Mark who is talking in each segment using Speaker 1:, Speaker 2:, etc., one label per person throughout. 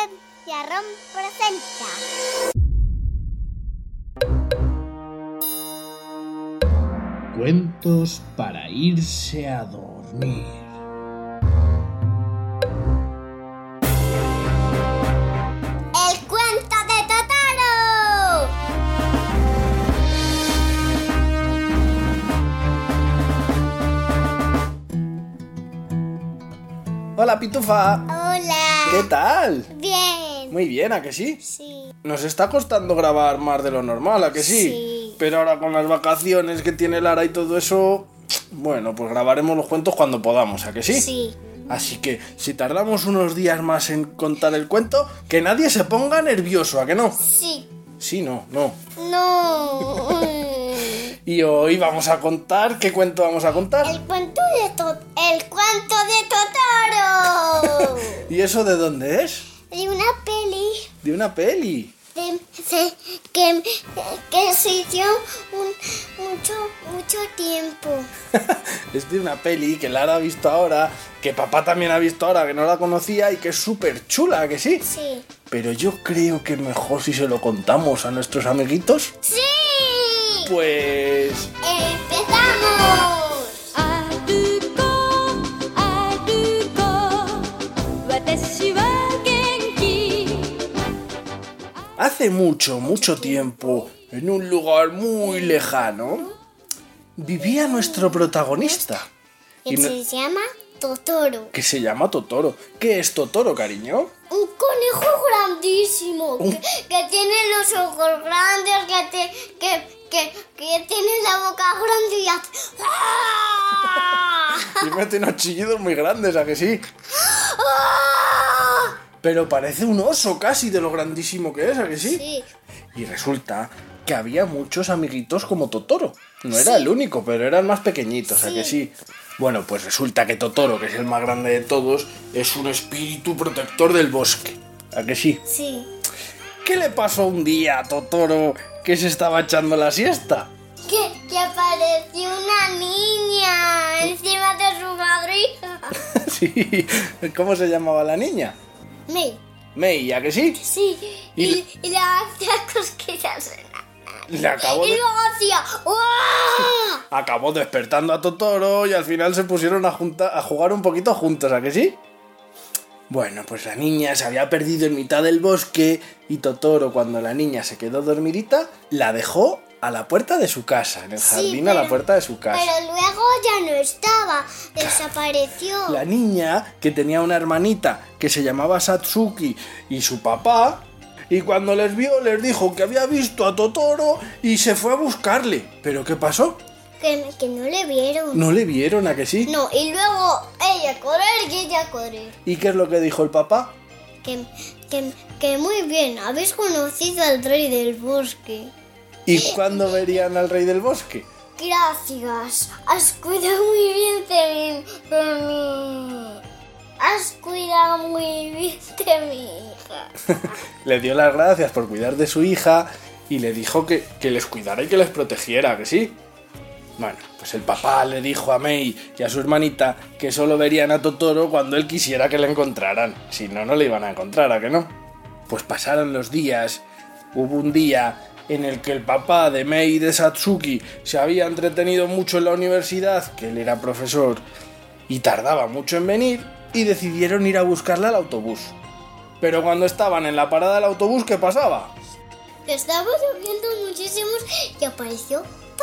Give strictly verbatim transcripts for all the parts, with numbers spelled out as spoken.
Speaker 1: Yarrón presenta.
Speaker 2: Cuentos para irse a dormir.
Speaker 1: ¡El cuento de Totoro!
Speaker 2: Hola, Pitufa.
Speaker 1: Hola.
Speaker 2: ¿Qué tal?
Speaker 1: Bien.
Speaker 2: Muy bien, ¿a que sí?
Speaker 1: Sí.
Speaker 2: Nos está costando grabar más de lo normal, ¿a que sí?
Speaker 1: Sí.
Speaker 2: Pero ahora con las vacaciones que tiene Lara y todo eso, bueno, pues grabaremos los cuentos cuando podamos, ¿a que sí?
Speaker 1: Sí.
Speaker 2: Así que si tardamos unos días más en contar el cuento, que nadie se ponga nervioso, ¿a que no?
Speaker 1: Sí.
Speaker 2: Sí, no, no.
Speaker 1: No.
Speaker 2: Y hoy vamos a contar, ¿qué cuento vamos a contar?
Speaker 1: El cuento de to- El cuento de Totoro.
Speaker 2: ¿Y eso de dónde es?
Speaker 1: De una peli
Speaker 2: De una peli.
Speaker 1: de, de- que, que se hizo un, mucho, mucho tiempo.
Speaker 2: Es de una peli que Lara ha visto ahora, que papá también ha visto ahora, que no la conocía y que es súper chula, ¿a que sí?
Speaker 1: Sí.
Speaker 2: Pero yo creo que mejor si se lo contamos a nuestros amiguitos.
Speaker 1: ¡Sí!
Speaker 2: Pues...
Speaker 1: ¡Empezamos!
Speaker 3: 歩こう歩こう私は元気
Speaker 2: hace mucho, mucho tiempo, en un lugar muy lejano, vivía nuestro protagonista. Y
Speaker 1: Que
Speaker 2: no-
Speaker 1: se llama Totoro.
Speaker 2: que se llama Totoro. ¿Qué es Totoro, cariño?
Speaker 1: Un conejo grandísimo.
Speaker 2: Un-
Speaker 1: Que, que tiene los ojos grandes, que, te- que, que, que tiene la boca grande y hace... ¡Ah!
Speaker 2: Y mete unos chillidos muy grandes, ¿a que sí?
Speaker 1: ¡Ah!
Speaker 2: Pero parece un oso casi de lo grandísimo que es, ¿a que sí?
Speaker 1: Sí.
Speaker 2: Y resulta que había muchos amiguitos como Totoro. No era
Speaker 1: Sí.
Speaker 2: el único, pero eran más pequeñitos, ¿a
Speaker 1: Sí.
Speaker 2: que sí? Bueno, pues resulta que Totoro, que es el más grande de todos, es un espíritu protector del bosque. ¿A que sí?
Speaker 1: Sí.
Speaker 2: ¿Qué le pasó un día a Totoro que se estaba echando la siesta?
Speaker 1: Que, que apareció una niña encima de su madrina.
Speaker 2: Sí, ¿cómo se llamaba la niña?
Speaker 1: May.
Speaker 2: May, ¿a que sí?
Speaker 1: Sí.
Speaker 2: Y-
Speaker 1: Y, y le hacía cosquillas en la...
Speaker 2: Le acabó
Speaker 1: Y
Speaker 2: de...
Speaker 1: luego hacía... ¡Uah!
Speaker 2: acabó despertando a Totoro y al final se pusieron a, junta- a jugar un poquito juntos, ¿a que sí? Bueno, pues la niña se había perdido en mitad del bosque y Totoro, cuando la niña se quedó dormidita, la dejó a la puerta de su casa, en el
Speaker 1: Sí,
Speaker 2: jardín a la
Speaker 1: pero-
Speaker 2: puerta de su casa.
Speaker 1: Pero luego ya no estaba, desapareció.
Speaker 2: La niña, que tenía una hermanita que se llamaba Satsuki y su papá, y cuando les vio les dijo que había visto a Totoro y se fue a buscarle. ¿Pero qué pasó?
Speaker 1: Que, que no le vieron.
Speaker 2: No le vieron, ¿a que sí?
Speaker 1: No, y luego ella a correr y ella a correr.
Speaker 2: ¿Y qué es lo que dijo el papá?
Speaker 1: Que, que, que muy bien, habéis conocido al rey del bosque.
Speaker 2: ¿Y cuándo verían al rey del bosque?
Speaker 1: Gracias, has cuidado muy bien de mí. De mí. Has cuidado muy bien de mi hija.
Speaker 2: Le dio las gracias por cuidar de su hija y le dijo que, que les cuidara y que les protegiera, ¿que sí? Bueno, pues el papá le dijo a May y a su hermanita que solo verían a Totoro cuando él quisiera que le encontraran. Si no, no le iban a encontrar, ¿a que no? Pues pasaron los días. Hubo un día en el que el papá de May y de Satsuki se había entretenido mucho en la universidad, que él era profesor, y tardaba mucho en venir, y decidieron ir a buscarla al autobús. Pero cuando estaban en la parada del autobús, ¿qué pasaba?
Speaker 1: Que estaba lloviendo muchísimo y apareció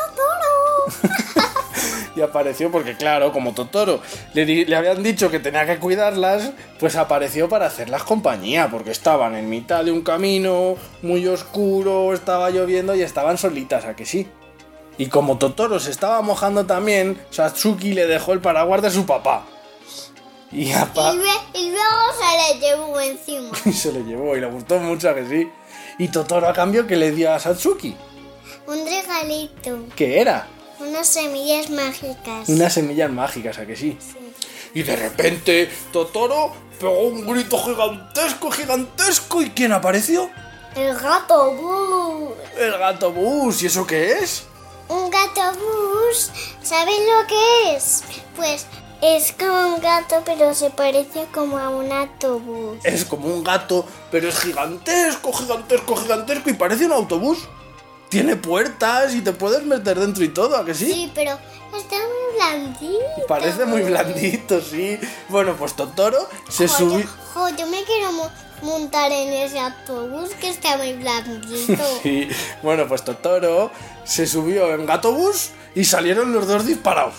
Speaker 1: Totoro.
Speaker 2: Y apareció porque, claro, como Totoro le, di- le habían dicho que tenía que cuidarlas, pues apareció para hacerlas compañía, porque estaban en mitad de un camino muy oscuro, estaba lloviendo y estaban solitas, ¿a que sí? Y como Totoro se estaba mojando también, Satsuki le dejó el paraguas de su papá. Y, apa-
Speaker 1: Y, lue- y luego se le llevó encima.
Speaker 2: y se le llevó y le gustó mucho, ¿a que sí? Y Totoro, a cambio, ¿qué le dio a Satsuki?
Speaker 1: Un regalito.
Speaker 2: ¿Qué era?
Speaker 1: Unas semillas mágicas.
Speaker 2: Unas semillas mágicas, ¿a que sí? Y de repente Totoro pegó un grito gigantesco, gigantesco. ¿Y quién apareció?
Speaker 1: El gato bus.
Speaker 2: El gato bus. ¿Y eso qué es?
Speaker 1: Un gato bus. ¿Sabes lo que es? Pues Es como un gato, pero se parece como a un autobús.
Speaker 2: Es como un gato, pero es gigantesco, gigantesco, gigantesco y parece un autobús. Tiene puertas y te puedes meter dentro y todo, ¿a que sí?
Speaker 1: Sí, pero está muy blandito.
Speaker 2: Parece muy blandito, sí. Bueno, pues Totoro se
Speaker 1: Jo,
Speaker 2: subió...
Speaker 1: yo, jo, yo me quiero mo- montar en ese autobús que está muy blandito.
Speaker 2: Sí. Bueno, pues Totoro se subió en Gatobús y salieron los dos disparados.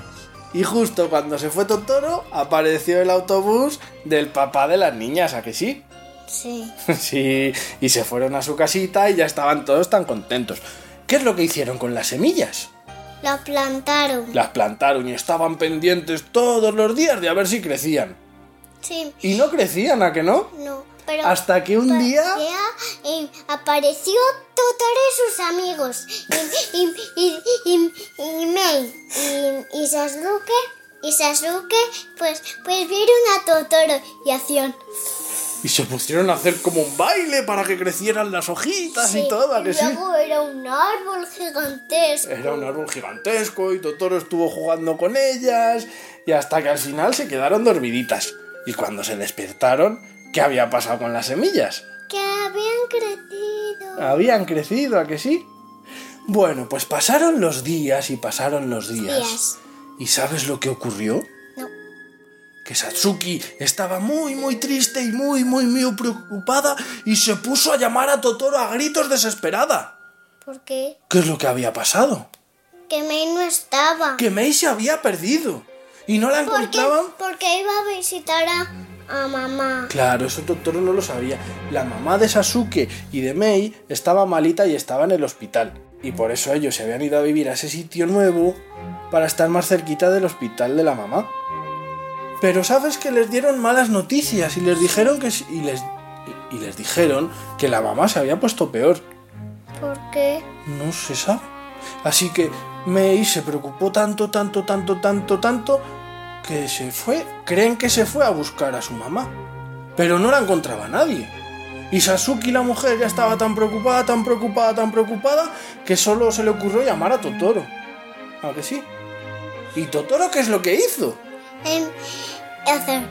Speaker 2: Y justo cuando se fue Totoro, apareció el autobús del papá de las niñas, ¿a que sí?
Speaker 1: Sí.
Speaker 2: Sí, y se fueron a su casita y ya estaban todos tan contentos. ¿Qué es lo que hicieron con las semillas?
Speaker 1: Lo plantaron.
Speaker 2: Las plantaron y estaban pendientes todos los días de a ver si crecían.
Speaker 1: Sí.
Speaker 2: Y no crecían, ¿a que no?
Speaker 1: No, pero...
Speaker 2: Hasta que un día...
Speaker 1: Y apareció Totoro y sus amigos. Y, y, y, y, y Mei y, y Sasuke... Y Sasuke, pues, pues vieron a Totoro y hacían...
Speaker 2: Y se pusieron a hacer como un baile para que crecieran las hojitas y todo, ¿a que sí?
Speaker 1: Luego era un árbol gigantesco.
Speaker 2: Era un árbol gigantesco y Totoro estuvo jugando con ellas y hasta que al final se quedaron dormiditas. Y cuando se despertaron, ¿qué había pasado con las semillas?
Speaker 1: Que habían crecido.
Speaker 2: Habían crecido, ¿a que sí? Bueno, pues pasaron los días y pasaron los días.
Speaker 1: Días.
Speaker 2: ¿Y sabes lo que ocurrió?
Speaker 1: No.
Speaker 2: Que Satsuki estaba muy muy triste y muy muy muy preocupada y se puso a llamar a Totoro a gritos desesperada.
Speaker 1: ¿Por qué?
Speaker 2: ¿Qué es lo que había pasado?
Speaker 1: Que Mei no estaba.
Speaker 2: Que Mei se había perdido y no la
Speaker 1: ¿Por qué?
Speaker 2: encontraban.
Speaker 1: Porque iba a visitar a, a mamá.
Speaker 2: Claro, eso Totoro no lo sabía. La mamá de Sasuke y de Mei estaba malita y estaba en el hospital. Y por eso ellos se habían ido a vivir a ese sitio nuevo para estar más cerquita del hospital de la mamá. Pero sabes que les dieron malas noticias y les dijeron que y les y les dijeron que la mamá se había puesto peor.
Speaker 1: ¿Por qué?
Speaker 2: No se sabe. Así que Mei se preocupó tanto, tanto, tanto, tanto, tanto que se fue. Creen que se fue a buscar a su mamá, pero no la encontraba nadie. Y Sasuke, la mujer, ya estaba tan preocupada, tan preocupada, tan preocupada que solo se le ocurrió llamar a Totoro. ¿A que sí? ¿Y Totoro qué es lo que hizo?
Speaker 1: En hacer...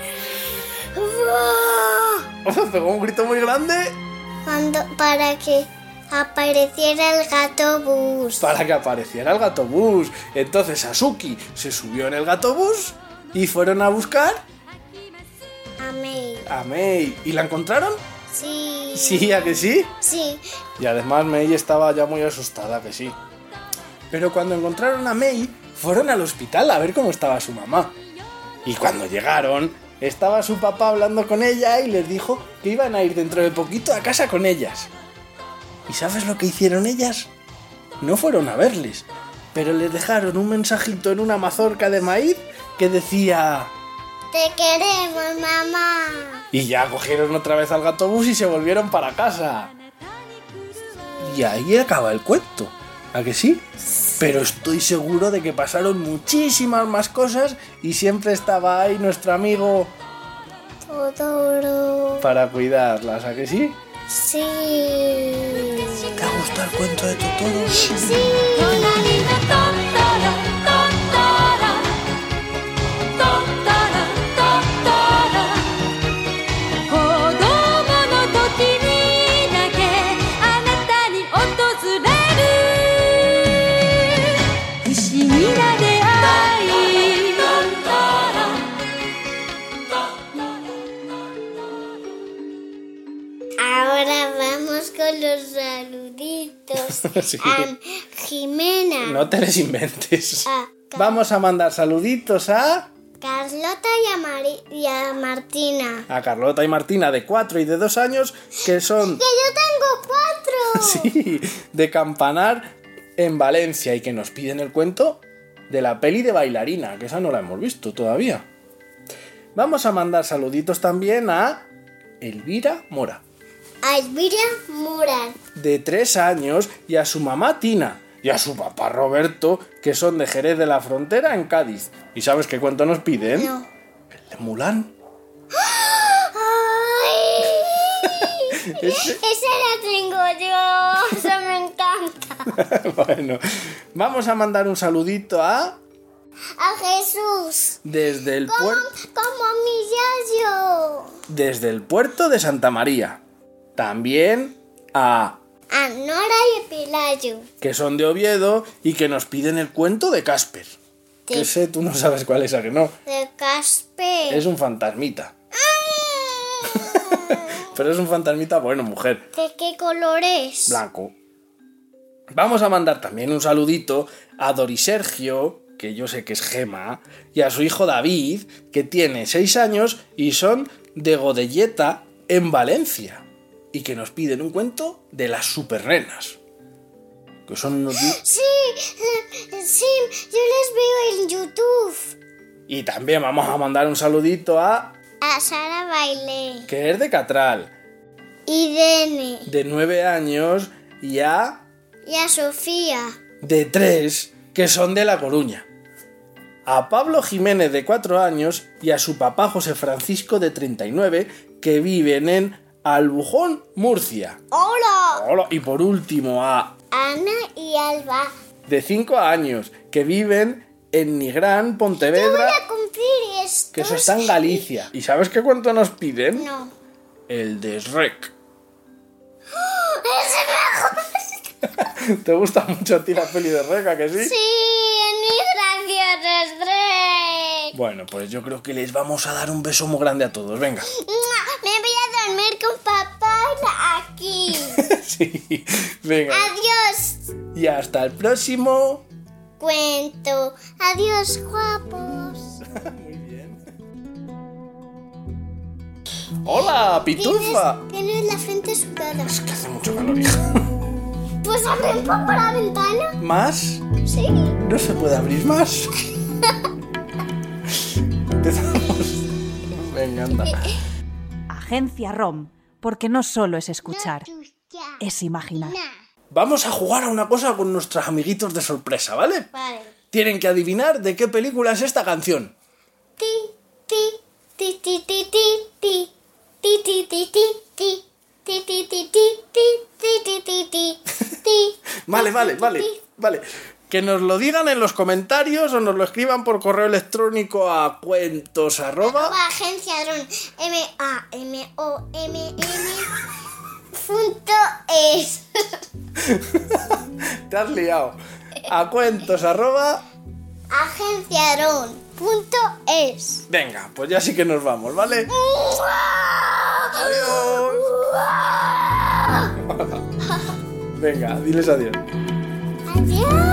Speaker 2: Pegó un grito muy grande
Speaker 1: Cuando, para que apareciera el gato bus.
Speaker 2: para que apareciera el gatobús. Entonces Sasuke se subió en el gatobús y fueron a buscar
Speaker 1: A Mei.
Speaker 2: a Mei. ¿Y la encontraron?
Speaker 1: Sí.
Speaker 2: Sí, ¿a que sí?
Speaker 1: Sí.
Speaker 2: Y además Mei estaba ya muy asustada, ¿a que sí? Pero cuando encontraron a Mei, fueron al hospital a ver cómo estaba su mamá. Y cuando llegaron, estaba su papá hablando con ella y les dijo que iban a ir dentro de poquito a casa con ellas. ¿Y sabes lo que hicieron ellas? No fueron a verles, pero les dejaron un mensajito en una mazorca de maíz que decía...
Speaker 1: Te queremos, mamá.
Speaker 2: Y ya cogieron otra vez al gatobús y se volvieron para casa. Y ahí acaba el cuento. ¿A que sí? Pero estoy seguro de que pasaron muchísimas más cosas y siempre estaba ahí nuestro amigo
Speaker 1: Totoro.
Speaker 2: para cuidarlas. ¿A que sí?
Speaker 1: Sí.
Speaker 2: ¿Te ha gustado el cuento de Totoro?
Speaker 1: Sí.
Speaker 3: 隣のトトロトトロトトロトトロ子供の時にだけあなたに訪れる不思議な出会いトトロ
Speaker 1: Ahora vamos con los saluditos.
Speaker 2: Sí.
Speaker 1: A Jimena.
Speaker 2: No te les inventes.
Speaker 1: A Ca-
Speaker 2: Vamos a mandar saluditos a...
Speaker 1: Carlota y a, Mari- y a Martina.
Speaker 2: A Carlota y Martina de cuatro y de dos años que son...
Speaker 1: ¡Que yo tengo cuatro!
Speaker 2: Sí, de Campanar en Valencia y que nos piden el cuento de la peli de Bailarina, que esa no la hemos visto todavía. Vamos a mandar saluditos también a Elvira Mora,
Speaker 1: A Elvira Muran.
Speaker 2: de tres años, y a su mamá Tina, y a su papá Roberto, que son de Jerez de la Frontera en Cádiz. ¿Y sabes qué cuento nos piden?
Speaker 1: No.
Speaker 2: El de Mulan.
Speaker 1: ¡Ay!
Speaker 2: Ese-
Speaker 1: Esa la tengo yo. Esa me encanta.
Speaker 2: Bueno, vamos a mandar un saludito a...
Speaker 1: a Jesús.
Speaker 2: Desde el
Speaker 1: Como,
Speaker 2: puerto...
Speaker 1: como mi yayo.
Speaker 2: Desde el puerto de Santa María. También a...
Speaker 1: A Nora y Pelayo.
Speaker 2: que son de Oviedo y que nos piden el cuento de Casper.
Speaker 1: De-
Speaker 2: Que sé, tú no sabes cuál es, ¿a que no?
Speaker 1: De Casper.
Speaker 2: Es un fantasmita. Pero es un fantasmita bueno, mujer.
Speaker 1: ¿De qué color es?
Speaker 2: Blanco. Vamos a mandar también un saludito a Dori Sergio, que yo sé que es Gema, y a su hijo David, que tiene seis años y son de Godelleta, en Valencia. Y que nos piden un cuento de las supernenas. Que son unos... di-
Speaker 1: Sí, eh, sí, yo les veo en YouTube.
Speaker 2: Y también vamos a mandar un saludito a...
Speaker 1: A Sara Bailé.
Speaker 2: que es de Catral,
Speaker 1: Irene.
Speaker 2: de nueve años, y a...
Speaker 1: Y a Sofía.
Speaker 2: de tres, que son de La Coruña. A Pablo Jiménez, de cuatro años, y a su papá José Francisco, de treinta y nueve, que viven en Albujón, Murcia.
Speaker 1: ¡Hola!
Speaker 2: Hola. Y por último a...
Speaker 1: Ana y Alba.
Speaker 2: de cinco años, que viven en Nigrán,
Speaker 1: Voy
Speaker 2: Pontevedra,
Speaker 1: a cumplir esto.
Speaker 2: que eso está en Galicia. ¿Y sabes qué cuento nos piden?
Speaker 1: No.
Speaker 2: El de Shrek.
Speaker 1: ¡Es mejor!
Speaker 2: ¿Te gusta mucho a ti la peli de Shrek, a que sí?
Speaker 1: Sí, es muy gracioso, Drake.
Speaker 2: Bueno, pues yo creo que les vamos a dar un beso muy grande a todos. Venga.
Speaker 1: Me voy a dormir con papá aquí.
Speaker 2: Sí, venga.
Speaker 1: Adiós,
Speaker 2: Y hasta el próximo.
Speaker 1: cuento. Adiós, guapos.
Speaker 2: Muy bien. Hola, Pitufa.
Speaker 1: Tienes, tienes la frente sudada.
Speaker 2: Es que hace mucho calor, hija.
Speaker 1: Pues abre un poco la ventana.
Speaker 2: ¿Más?
Speaker 1: Sí.
Speaker 2: No se puede abrir más. Empezamos. Venga, anda.
Speaker 4: Agencia ROM, porque no solo es escuchar, es imaginar.
Speaker 2: Vamos a jugar a una cosa con nuestros amiguitos de sorpresa, ¿vale?
Speaker 1: Vale.
Speaker 2: Tienen que adivinar de qué película es esta canción.
Speaker 1: Ti, ti, ti, ti, ti, ti, ti. Ti, ti, ti, ti, ti. Ti, ti, ti, ti, ti. Ti, ti, ti, ti, ti.
Speaker 2: Vale, vale, vale, vale. Que nos lo digan en los comentarios o nos lo escriban por correo electrónico a cuentos arroba...
Speaker 1: Arroba agencia dron. M A M O M M. Punto es.
Speaker 2: Te has liado. A cuentos arroba...
Speaker 1: Agencia dron. Punto es.
Speaker 2: Venga, pues ya sí que nos vamos, ¿vale? Adiós. Venga, diles adiós.
Speaker 1: Adiós.